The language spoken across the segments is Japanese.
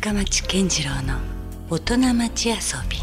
深町健次郎の大人町遊び。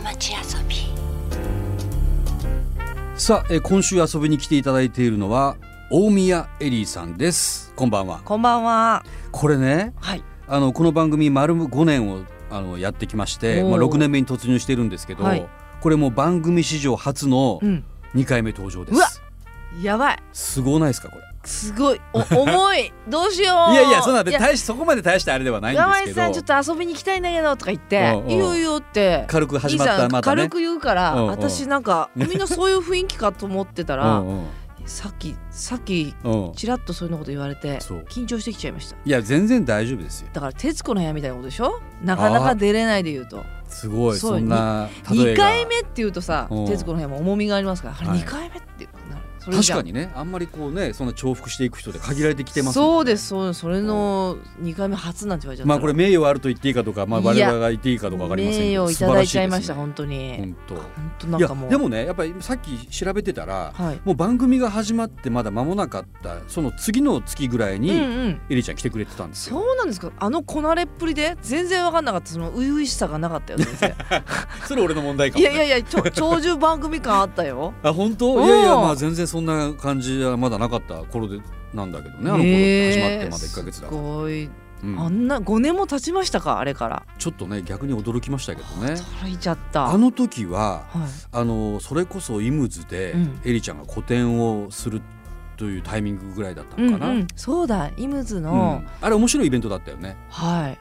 さあ、今週遊びに来ていただいているのは大宮エリーさんです。こんばんは。 こんばんは。 これね、 はい、 この番組丸5年をやってきまして、6年目に突入しているんですけど、はい、これも番組史上初の2回目登場です。 うわ、やばい。 すごないですかこれ。 すごい重いどうしよう。 いやそこまで大してあれではないんですけど、 山井さんちょっと遊びに行きたいんだけどとか言っていいよいいよって軽く始まったまたね、 軽く言うから私なんかみんなそういう雰囲気かと思ってたらさっきちらっとそういうこと言われて緊張してきちゃいました。 いや全然大丈夫ですよ。 だから徹子の部屋みたいなことでしょ。なかなか出れないで言うとすごいそんな 2回目って言うとさ、徹子の部屋も重みがありますから、2回目って確かにね、あんまりこうねそんな重複していく人で限られてきてますもんね。 そうです、それの2回目初なんて言われちゃったら、 これ名誉あると言っていいかとか、我々が言っていいかとか分かりませんけど、 名誉いただいちゃいました。本当に本当なんかもうでもね、やっぱりさっき調べてたら、もう番組が始まってまだ間もなかったその次の月ぐらいにエリちゃん来てくれてたんですよ。 そうなんですか。こなれっぷりで全然分かんなかった。その初々しさがなかったよ先生それ俺の問題かも、ね、 いや長寿番組感あったよあ本当。いや全然そんな感じはまだなかった頃でなんだけどね、頃始まってまだ1ヶ月だから。 すごい、あんな5年も経ちましたか。あれからちょっとね逆に驚きましたけどね。 驚いちゃった。 あの時は、それこそイムズでエリちゃんが個展をするというタイミングぐらいだったのかな、 そうだ、イムズの、 あれ面白いイベントだったよね。 はい、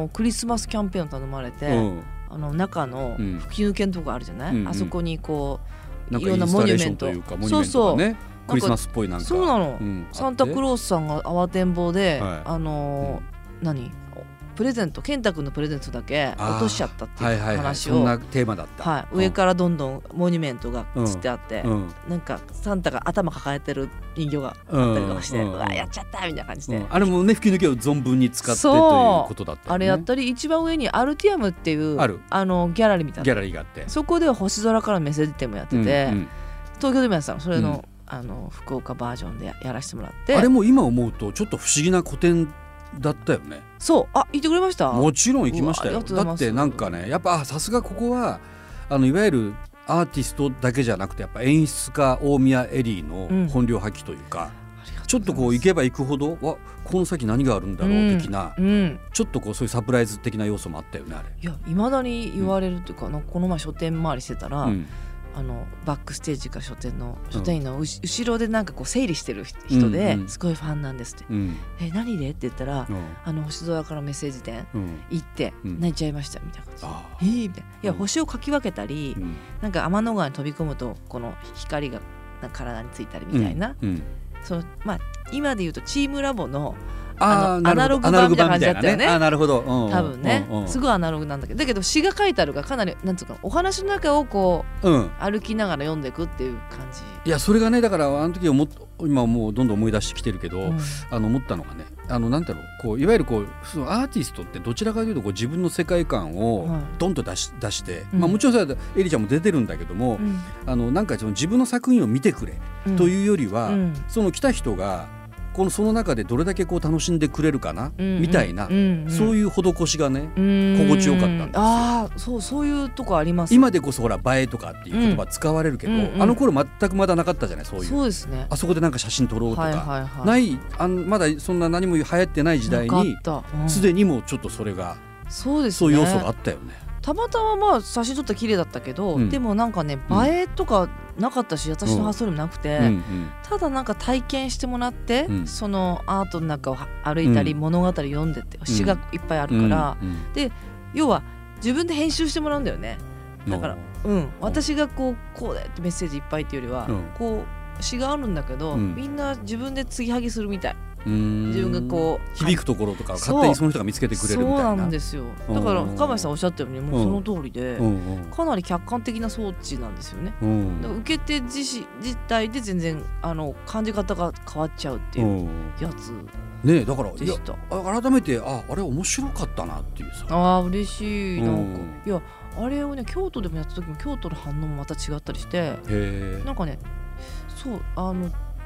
クリスマスキャンペーンを頼まれて、中の吹き抜けのとこあるじゃない、あそこにこういろんなモニュメント、 そうクリスマスっぽいなんかそうなの、サンタクロースさんが慌てんぼうで、プレゼント、健太君のプレゼントだけ落としちゃったっていう話を、 そんなテーマだった、 上からどんどんモニュメントがつってあって、なんかサンタが頭抱えてる人形があったりとかして、うわやっちゃったみたいな感じで、 あれもね吹き抜けを存分に使ってということだったよね。 あれやったり、一番上にアルティアムっていうギャラリーみたいなギャラリーがあって、 そこでは星空からメッセージ展もやってて、東京でもやってたの。それの、福岡バージョンでやらせてもらって、あれも今思うとちょっと不思議な個展だったよね。 そう、言ってくれました。 もちろん行きましたよ。だってなんかね、やっぱさすがここはいわゆるアーティストだけじゃなくて、やっぱ演出家大宮エリーの本領発揮というか、ちょっとこう行けば行くほどこの先何があるんだろう的な、ちょっとこうそういうサプライズ的な要素もあったよね。あれいや未だに言われるというか、この前書店回りしてたら、バックステージか書店の後ろでなんかこう整理してる人で、すごいファンなんですって、何でって言ったら、星空からメッセージ展行って泣いちゃいましたみたいな感じ。みたいな。いや、星をかき分けたり、なんか天の川に飛び込むとこの光が体についたりみたいな、今で言うとチームラボのアナログ版みたいな感じだったよね。 なるほど、 多分ね、すごいアナログなんだけど、だけど詩が書いてあるからかなりなんつうかお話の中をこう、歩きながら読んでいくっていう感じ。 いやそれがね、だから時今もうどんどん思い出してきてるけど、思ったのがね、なんだろう、こういわゆるこうそのアーティストってどちらかというとこう自分の世界観をドンと出して、もちろんそれはエリちゃんも出てるんだけども、なんかその自分の作品を見てくれというよりは、その来た人がその中でどれだけこう楽しんでくれるかな、みたいな、そういう施しがね心地よかったんですよ。 そういうとこあります。 今でこそほら映えとかっていう言葉使われるけど、あの頃全くまだなかったじゃない。そうですね。あそこでなんか写真撮ろうとかない、まだそんな何も流行ってない時代にすでにもうちょっとそれがそういう要素があったよね。 たまたま写真撮ったら綺麗だったけど、でもなんかね映えとかなかったし、私の発想でもなくて、ただなんか体験してもらって、そのアートの中を歩いたり、物語読んでって詩がいっぱいあるから、で要は自分で編集してもらうんだよね。だから、私がこうでってメッセージいっぱいっていうよりは、こう詩があるんだけど、みんな自分で継ぎはぎするみたい。自分がこう響くところとか勝手にその人が見つけてくれるみたいな。 そうなんですよ。だから深町さんおっしゃったようにもうその通りで、かなり客観的な装置なんですよね。だから受け手自体で全然感じ方が変わっちゃうっていうやつね。だから改めてあれ面白かったなっていうさ。嬉しい。なんかいやあれをね京都でもやった時も京都の反応もまた違ったりして、なんかねそう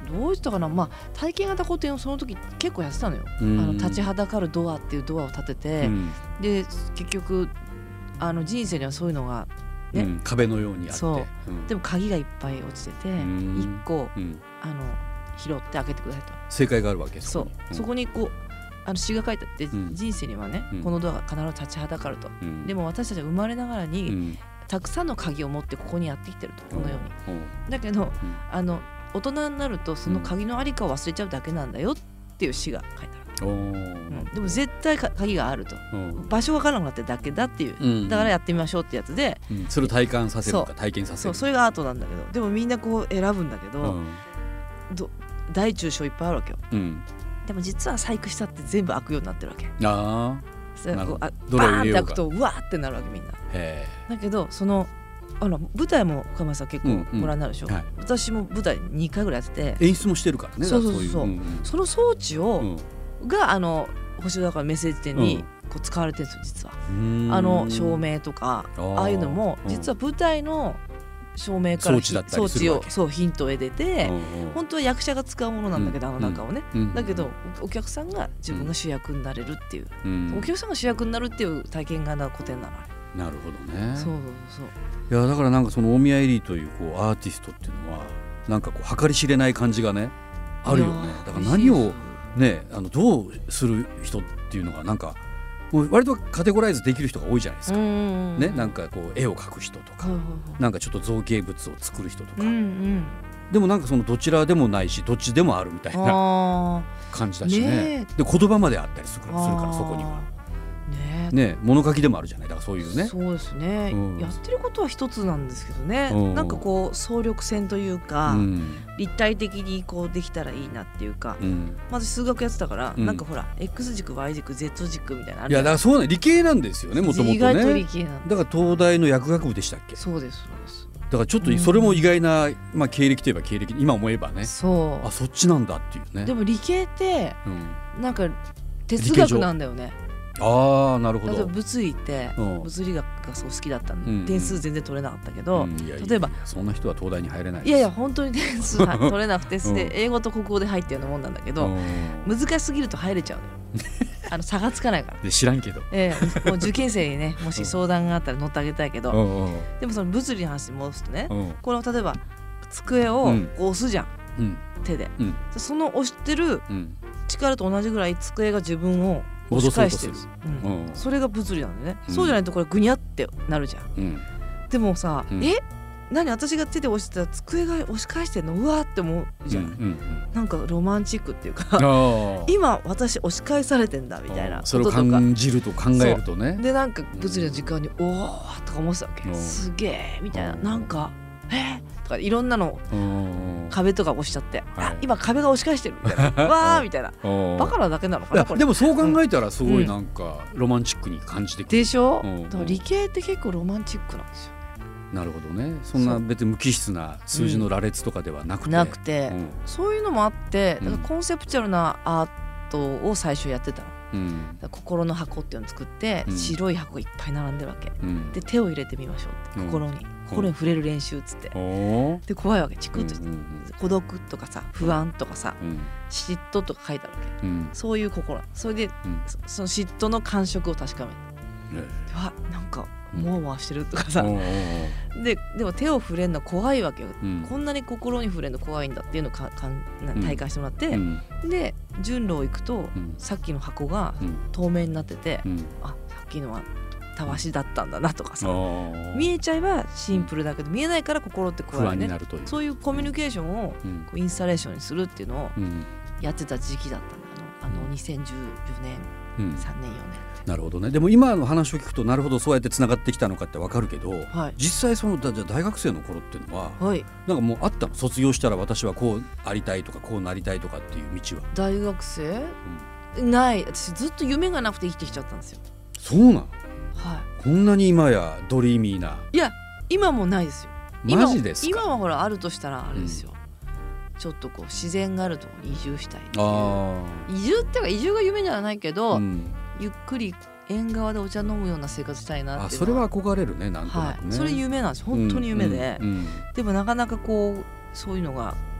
どうしたかな、まあ、体験型個展をその時結構やってたのよ。立ちはだかるドアっていうドアを立てて、で結局人生にはそういうのが、ね壁のようにあって、 そう、でも鍵がいっぱい落ちてて、1個、拾って開けてくださいと正解があるわけ。 そこにこう詩が書いてあって、人生にはね、このドアが必ず立ちはだかると、でも私たちは生まれながらに、たくさんの鍵を持ってここにやってきてると、このように、だけど、大人になるとその鍵のありかを忘れちゃうだけなんだよっていう詩が書いてある。でも絶対鍵があると、場所が分からなくなってるだけだっていう、だからやってみましょうってやつで、 それを体感させるか体験させる、 それがアートなんだけど、でもみんなこう選ぶんだけど、大中小いっぱいあるわけよ。でも実は細工したって全部開くようになってるわけ。バーンって開くとうわーってなるわけ、みんな。だけど舞台も岡村さん結構ご覧になるでしょ。私も舞台2回ぐらいやってて、 演出もしてるからね。 そうその装置が星空からメッセージ展にこう使われてるんですよ、実は。照明とかああいうのも実は舞台の照明から装置をヒントを得てて、本当は役者が使うものなんだけど、中をね、だけどお客さんが自分が主役になれるっていう、お客さんが主役になるっていう体験が古典なの。 なるほどね。 そういやだからなんかその大宮エリーというアーティストっていうのはなんか計り知れない感じがねあるよね。だから何をねどうする人っていうのがなんかもう割とカテゴライズできる人が多いじゃないですか。ね、なんか絵を描く人とか、なんかちょっと造形物を作る人とか、でもなんかそのどちらでもないしどっちでもあるみたいな感じだしね。で言葉まであったりするからそこには。ね、物書きでもあるじゃない。だからそういうね。 そうですね、やってることは一つなんですけどね、なんか総力戦というか、立体的にできたらいいなっていうか、まず数学やってたから、なんかほら X 軸 Y 軸 Z 軸みたいなのある。 いやだからそうね、理系なんですよね、もともとね。 意外と理系なんだから東大の薬学部でしたっけ。 そうですだからちょっとそれも意外な、経歴といえば経歴、今思えばね、 そっちなんだっていうね。 でも理系ってなんか哲学なんだよね。 なるほど。 例えば物理って物理学がそう好きだったんで、点数全然取れなかったけど、例えばそんな人は東大に入れないです。 いや本当に点数取れなくて英語と国語で入ってるようなもんなんだけど、難しすぎると入れちゃうのよ。差がつかないから。 知らんけど、 もう受験生にねもし相談があったら乗ってあげたいけど、でもその物理の話に戻すとね、この例えば机を押すじゃん、手で、その押してる力と同じぐらい机が自分を押し返してる、それが物理なんでね、そうじゃないとこれグニャってなるじゃん、でもさ、何私が手で押してたら机が押し返してんのうわーって思うじゃない、なんかロマンチックっていうか今私押し返されてんだみたいなこととか、 それを感じると考えるとね、 でなんか物理の時間におーとか思ってたわけ、すげえみたいな、なんかとかいろんなの壁とか押しちゃって、今壁が押し返してるみたいなわーみたいな、バカなだけなのかなこれ。 でもそう考えたらすごいなんかロマンチックに感じてくるでしょ。だから理系って結構ロマンチックなんですよ。 なるほどね。そんな別に無機質な数字の羅列とかではなくて、そういうのもあって、だからコンセプチュアルなアートを最初やってたの。心の箱っていうのを作って、白い箱がいっぱい並んでるわけ、で手を入れてみましょうって、心に触れる練習っつって、で怖いわけ、チクッとして、孤独とかさ不安とかさ、嫉妬とか書いてあるわけ、そういう心。それで、その嫉妬の感触を確かめる、なんかもわもわしてるとかさ、でも手を触れるの怖いわけよ、こんなに心に触れるの怖いんだっていうのを体感してもらって、で順路を行くと、さっきの箱が透明になってて、さっきのはたわしだったんだなとかさ、見えちゃえばシンプルだけど、見えないから心って怖いね。そういうコミュニケーションをインスタレーションにするっていうのをやってた時期だったんだ、2014年、3年4年。 なるほどね。でも今の話を聞くと、なるほどそうやってつながってきたのかって分かるけど、実際その大学生の頃っていうのは、なんかもうあったの？卒業したら私はこうありたいとかこうなりたいとかっていう道は。 大学生、ない。私ずっと夢がなくて生きてきちゃったんですよ。 そうなの？こんなに今やドリーミーな。 いや今もないですよ。 マジですか？ 今はほらあるとしたらあれですよ、ちょっと自然があるところに移住したいっていう。移住っていうか移住が夢じゃないけど、ゆっくり縁側でお茶飲むような生活したいなっていうのは。それは憧れるね、なんとなくね。 それ夢なんです、本当に夢で、でもなかなかそういうのが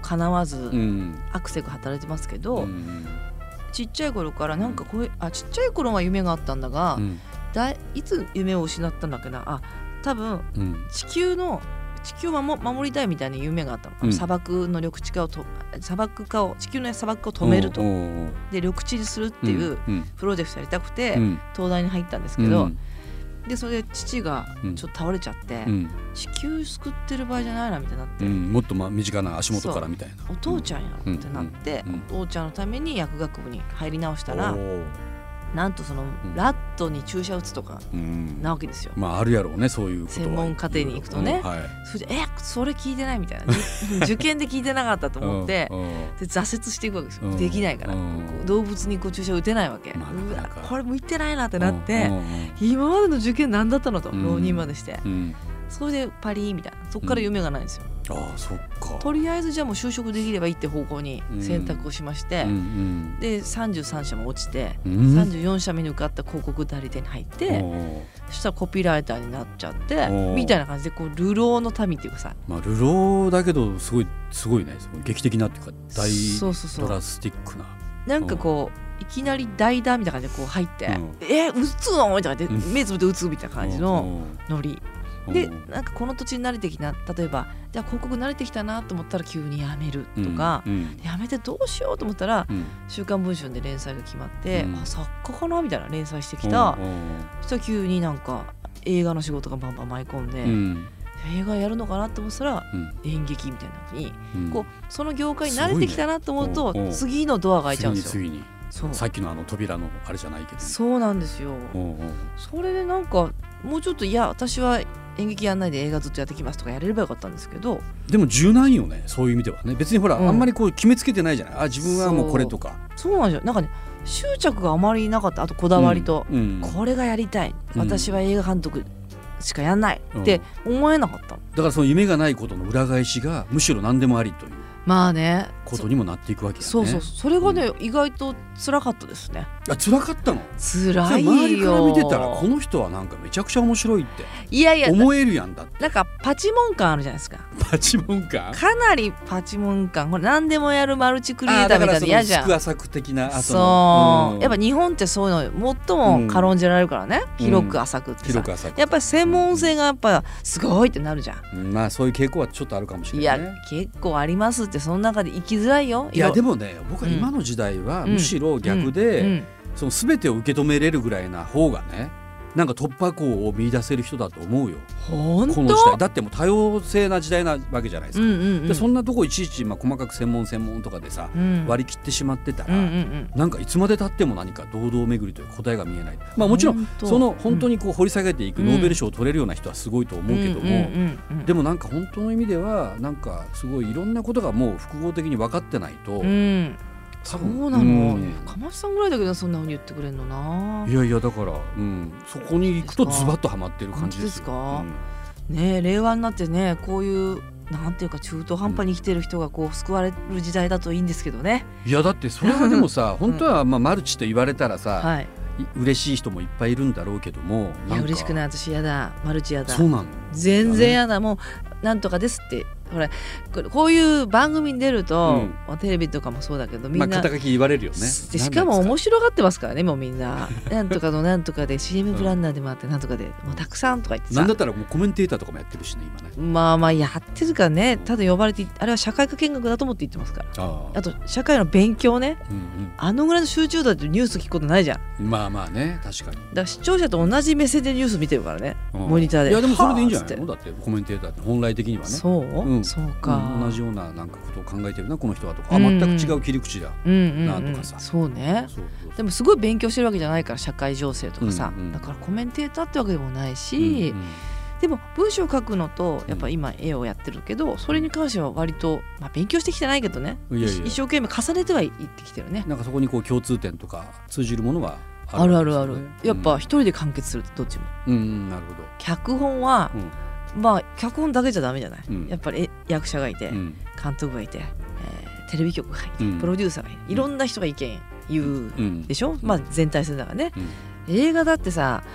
叶わずアクセク働いてますけど、ちっちゃい頃からなんかちっちゃい頃は夢があったんだが、いつ夢を失ったんだっけな。多分、地球を守りたいみたいな夢があったの、砂漠の地球の砂漠化を止めると、で緑地にするっていうプロジェクトやりたくて、東大に入ったんですけど、でそれで父がちょっと倒れちゃって、地球救ってる場合じゃないなみたいになって、 もっと身近な足元からみたいな、 お父ちゃんやろってなって、お父ちゃんのために薬学部に入り直したら、なんとそのラットに注射打つとかなわけですよ。 あるやろうね、そういうことは専門家庭に行くとね、それでそれ聞いてないみたいな受験で聞いてなかったと思ってで挫折していくわけですよ。できないから動物に注射打てないわけ。これ向いてないなってなって、今までの受験何だったのと浪人までして、それでパリーみたいな、そこから夢がないんですよ。 そっか。 とりあえずじゃあもう就職できればいいって方向に選択をしまして、で33社も落ちて、34社目に受かった広告代理店に入って、そしたらコピーライターになっちゃってみたいな感じで、流浪の民っていうかさ、 流浪だけどすごいね、劇的なっていうか大ドラスティックな、 なんかいきなり代打みたいな感じで入って、打つのみたいな、目つぶって打つみたいな感じのノリで、なんかこの土地に慣れてきた、例えばじゃあ広告慣れてきたなと思ったら急に辞めるとか、辞めてどうしようと思ったら、週刊文春で連載が決まって、作家かなみたいな連載してきた、そしたら急になんか映画の仕事がバンバン舞い込んで、映画やるのかなと思ったら、演劇みたいなのに、その業界に慣れてきたなと思うと、次のドアが開いちゃうんですよ。さっきの扉のあれじゃないけど、そうなんですよ。それでなんかもうちょっと、私は演劇やんないで映画ずっとやってきますとかやれればよかったんですけど、 でも柔軟よね、そういう意味ではね。別にほら、あんまり決めつけてないじゃない。自分はもうこれとか。 そうなんですよ。なんかね、執着があまりなかった。あとこだわりと、これがやりたい、私は映画監督しかやんないって思えなかった。だからその夢がないことの裏返しがむしろ何でもありということにもなっていくわけやね。 それがね、意外と辛かったですね。 辛かったの？ 辛いよ。 周りから見てたらこの人はなんかめちゃくちゃ面白いって思えるやん。だってなんかパチモン感あるじゃないですか。 パチモン感？ かなりパチモン感。これ何でもやるマルチクリエイターみたいな嫌じゃん。 だからそのスク浅く的な。 やっぱ日本ってそういうの最も軽んじられるからね、広く浅くってさ、やっぱり専門性がやっぱすごいってなるじゃん。 そういう傾向はちょっとあるかもしれないね。 結構ありますって。その中で生きづらいよ。 でもね、僕は今の時代はむしろ逆で、その全てを受け止めれるぐらいな方がね、なんか突破口を見出せる人だと思うよ。 本当？ この時代だってもう多様性な時代なわけじゃないですか。でそんなとこいちいち細かく専門とかでさ、割り切ってしまってたら、なんかいつまでたっても何か堂々巡りという答えが見えない。もちろんその本当に掘り下げていくノーベル賞を取れるような人はすごいと思うけども、でもなんか本当の意味ではなんかすごいいろんなことがもう複合的に分かってないと。 そうなの。かましさんぐらいだけどそんな風に言ってくれるのな。 いやだから、そこに行くとズバッとはまってる感じですよ。 かね、令和になってね、こういうなんていうか中途半端に生きてる人が救われる時代だといいんですけどね。 いやだってそれはでもさ本当はマルチと言われたらさ、嬉しい人もいっぱいいるんだろうけども、 いや嬉しくない。私やだ、マルチやだ。 そうなの？ 全然やだ。もうなんとかですって。ほらこういう番組に出ると、テレビとかもそうだけどみんな肩書き言われるよね。 しかも面白がってますからね、もうみんななんとかのなんとかで CM プランナーでもあってなんとかでもうたくさんとか言ってさ、 なんだったらもうコメンテーターとかもやってるしね今ね。 やってるからね。ただ呼ばれて、あれは社会科見学だと思って言ってますから。あと社会の勉強ね、あのぐらいの集中度でニュース聞くことないじゃん。 まあね、確かに。だから視聴者と同じ目線でニュース見てるからね、モニターで。 いやでもそれでいいんじゃないの？だってコメンテーターって本来的にはね。 そうか、 同じようななんかことを考えてるなこの人はとか、全く違う切り口だなとかさ。 そうね。でもすごい勉強してるわけじゃないから、社会情勢とかさ、だからコメンテーターってわけでもないし、でも文章を書くのとやっぱ今絵をやってるけど、それに関しては割と勉強してきてないけどね、一生懸命重ねてはいってきてるね。 なんかそこに共通点とか通じるものはあるあるある。やっぱ一人で完結するどっちも。 なるほど。 脚本は脚本だけじゃダメじゃない。やっぱり役者がいて、監督がいて、テレビ局がいて、プロデューサーがいて、いろんな人が意見言うでしょ。全体性だからね。映画だってさ、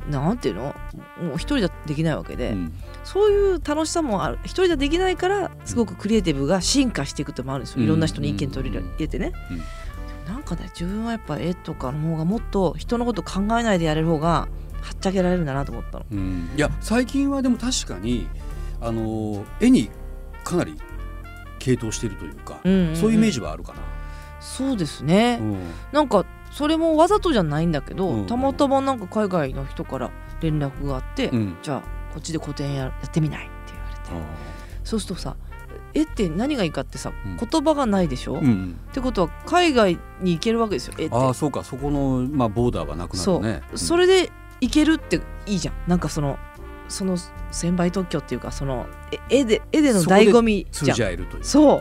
なんていうのもう一人じゃできないわけで、そういう楽しさもある。一人じゃできないからすごくクリエイティブが進化していくってもあるんですよ。いろんな人に意見取り入れてね、なんかね自分はやっぱ絵とかの方がもっと人のこと考えないでやれる方がはっちゃけられるんだなと思ったの。 いや最近はでも確かに絵にかなり傾倒しているというか、そういうイメージはあるかな。 そうですね、なんかそれもわざとじゃないんだけど、たまたまなんか海外の人から連絡があって、じゃあこっちで個展やってみないって言われて、そうするとさ絵って何がいいかってさ、言葉がないでしょ、ってことは海外に行けるわけですよ絵って。 そうか、そこの、ボーダーはなくなるね。 それで行けるっていいじゃん。なんかその専売特許っていうか、その絵での醍醐味じゃん。 通じ合えるという。 そう、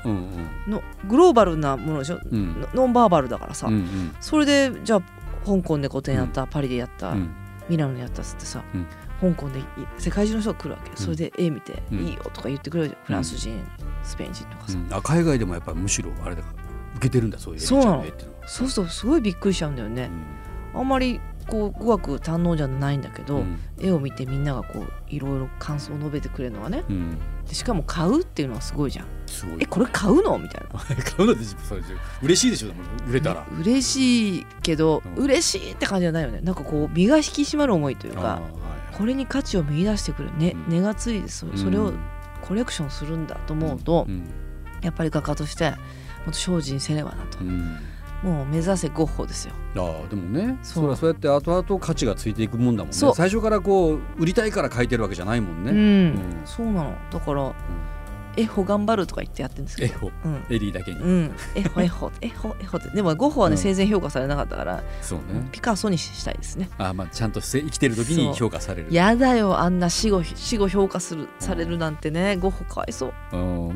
のグローバルなものでしょ、ノンバーバルだからさ、それでじゃあ香港で個展やった、パリでやった、ミラノでやったっつってさ、香港で世界中の人が来るわけ。それで絵見て、いいよとか言ってくれるじゃん。フランス人、スペイン人とかさ、 海外でもやっぱむしろあれだから受けてるんだ、そういう絵そうなの。そうするとすごいびっくりしちゃうんだよね。あんまりこう語学堪能じゃないんだけど、絵を見てみんながこういろいろ感想を述べてくれるのはね、でしかも買うっていうのはすごいじゃん。これ買うのみたいな買うのって嬉しいでしょ、売れたら。 嬉しいけど、嬉しいって感じじゃないよね。なんかこう身が引き締まる思いというか、これに価値を見出してくる、値がついてそれをコレクションするんだと思うと、やっぱり画家としてもっと精進せねばなと、もう目指せゴッホですよ。 でもね、それはそうやって後々価値がついていくもんだもんね。最初からこう売りたいから描いてるわけじゃないもんね。 そうなの。だから、エホ頑張るとか言ってやってるんですけど、 エリーだけに、 エホってでもゴッホはね、生前評価されなかったから、ピカソにしたいですね。 ちゃんと生きてる時に評価される。 やだよ、あんな死後評価されるなんてね。ゴッホかわいそう。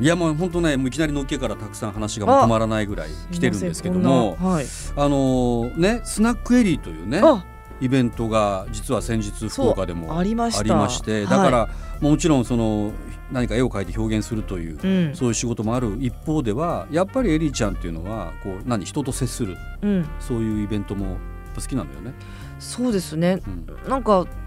いやもう本当ね、もういきなりのっけからたくさん話が止まらないぐらい来てるんですけども、スナックエリーというねイベントが実は先日福岡でもありまして、だからもちろんその何か絵を描いて表現するという、そういう仕事もある一方では、やっぱりエリーちゃんっていうのはこう人と接する、そういうイベントも好きなんだよね。 そうですね、なんかこ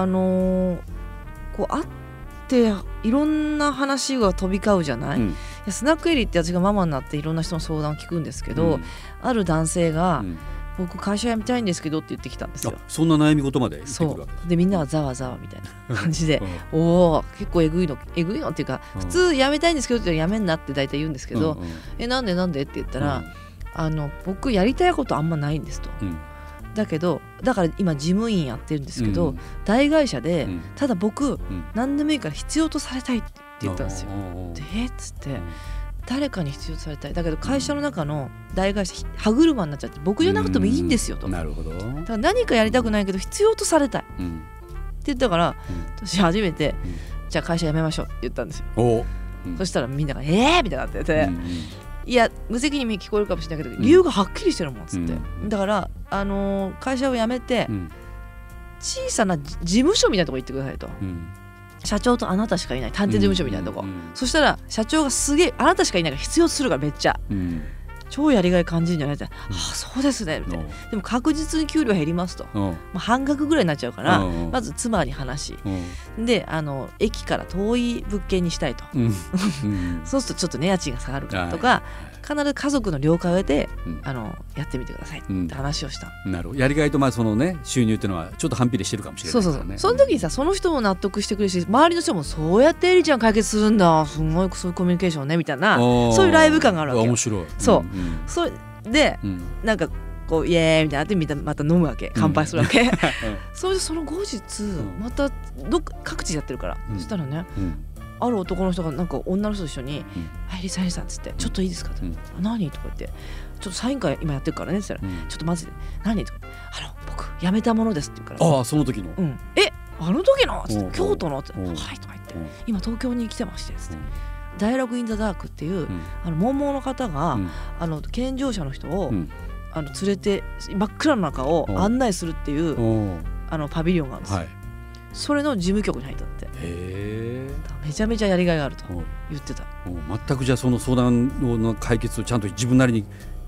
う会っていろんな話が飛び交うじゃない、スナックエリーって私がママになっていろんな人の相談を聞くんですけど、ある男性が、僕会社辞めたいんですけどって言ってきたんですよ。 そんな悩み事まで言ってくるわけです。 でみんなはざわざわみたいな感じでおお結構えぐいのっていうか、普通辞めたいんですけどって辞めんなって大体言うんですけど、なんでって言ったら、僕やりたいことあんまないんですと、だから今事務員やってるんですけど、大会社で、ただ僕、何でもいいから必要とされたいって言ったんですよ。でっつって、誰かに必要とされたい。だけど会社の中の大会社歯車になっちゃって、僕じゃなくてもいいんですよと。 なるほど。 だから何かやりたくないけど必要とされたい、って言ったから、私初めて、じゃあ会社辞めましょうって言ったんですよ。そしたらみんながみたいになってて、いや無責任に聞こえるかもしれないけど、理由がはっきりしてるもんっつって、だから会社を辞めて、小さな事務所みたいなとこ行ってくださいと、社長とあなたしかいない探偵事務所みたいなとこ、そしたら社長がすげえあなたしかいないから必要とするからめっちゃ、超やりがい感じるんじゃないって、そうですねみたいな。でも確実に給料減りますと、半額ぐらいになっちゃうから、まず妻に話、で駅から遠い物件にしたいと、そうするとちょっとね家賃が下がるからとか、必ず家族の了解を得て、やってみてくださいって話をした。 なるほど。やりがいとそのね収入っていうのはちょっと反比例してるかもしれないからね。 その時にさ、その人も納得してくれるし、周りの人もそうやってエリちゃん解決するんだ、すごいそういうコミュニケーションねみたいな、そういうライブ感があるわけよ。面白い。 それで、なんかこうイエーイみたいなってまた飲むわけ、乾杯するわけ。それでその後日また各地やってるから、そしたらね、ある男の人がなんか女の人と一緒に「はい、リサっつって「ちょっといいですか?」って「何?」とか言って「ちょっとサイン会今やってるからね」って言ったら「ちょっとマジで何?」とか「僕辞めたものです」って言うから「 その時のあの時の?」って京都の?」って「はい」とか言って「今東京に来てまして」つって「ダイアログ・イン・ザ・ダーク」っていう文盲の方が健常者の人を連れて真っ暗な中を案内するっていうパビリオンがあるんですよ。それの事務局に入ったって。めちゃめちゃやりがいがあると言ってた。 全くじゃあその相談の解決をちゃんと自分なりに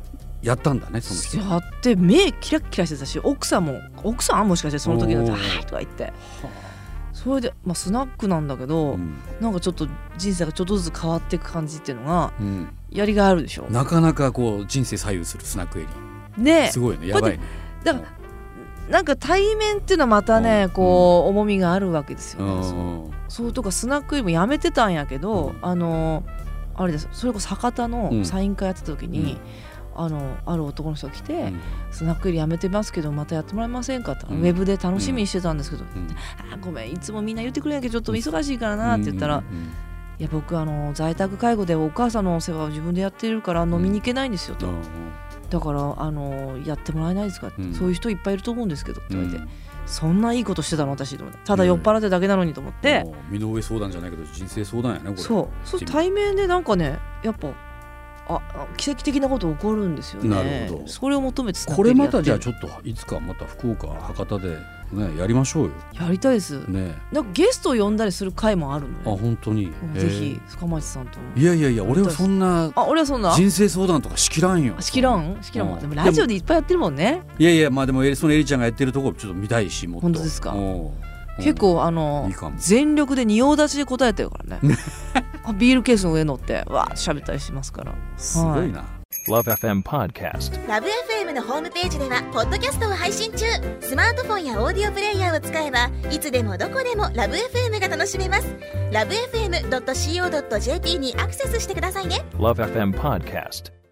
やったんだねその人。 やって目キラッキラしてたし、奥さんもしかしてその時になってはいとか言って、それで、スナックなんだけど、なんかちょっと人生がちょっとずつ変わっていく感じっていうのが、やりがいあるでしょ。 なかなかこう人生左右するスナックエリーね、 すごいね、やばいね。 だからなんか対面っていうのはまたね、こう重みがあるわけですよね。そうとかスナックエリーもやめてたんやけど、あれです、それこそ博多のサイン会やってた時に、ある男の人が来て、スナックエリーやめてますけどまたやってもらえませんかって、ウェブで楽しみにしてたんですけど、ごめんいつもみんな言ってくれんけどちょっと忙しいからなって言ったら、いや僕在宅介護でお母さんのお世話を自分でやってるから飲みに行けないんですよと、だからやってもらえないですかって、そういう人いっぱいいると思うんですけどって言われて、そんないいことしてたの私と思って、ただ酔っ払ってるだけなのにと思って、 身の上相談じゃないけど人生相談やねこれ。 そう対面でなんかね、やっぱ奇跡的なこと起こるんですよね。 なるほど。 それを求めてこれまたじゃあちょっといつかまた福岡博多でねやりましょうよ。 やりたいですね。 なんかゲストを呼んだりする回もあるのよ。 本当に。 ぜひ深町さんと。 いや俺はそんな人生相談とかしきらんよ。 しきらんでもラジオでいっぱいやってるもんね。 いやでもそのエリちゃんがやってるところちょっと見たいし、もっと。 本当ですか。結構全力で仁王立ちで答えてるからね。ビールケースの上乗ってわー喋ったりしますから。 すごいな。 LoveFM Podcast。 LoveFM のホームページではポッドキャストを配信中。スマートフォンやオーディオプレイヤーを使えばいつでもどこでも LoveFM が楽しめます。LoveFM.co.jp にアクセスしてくださいね。 LoveFM Podcast。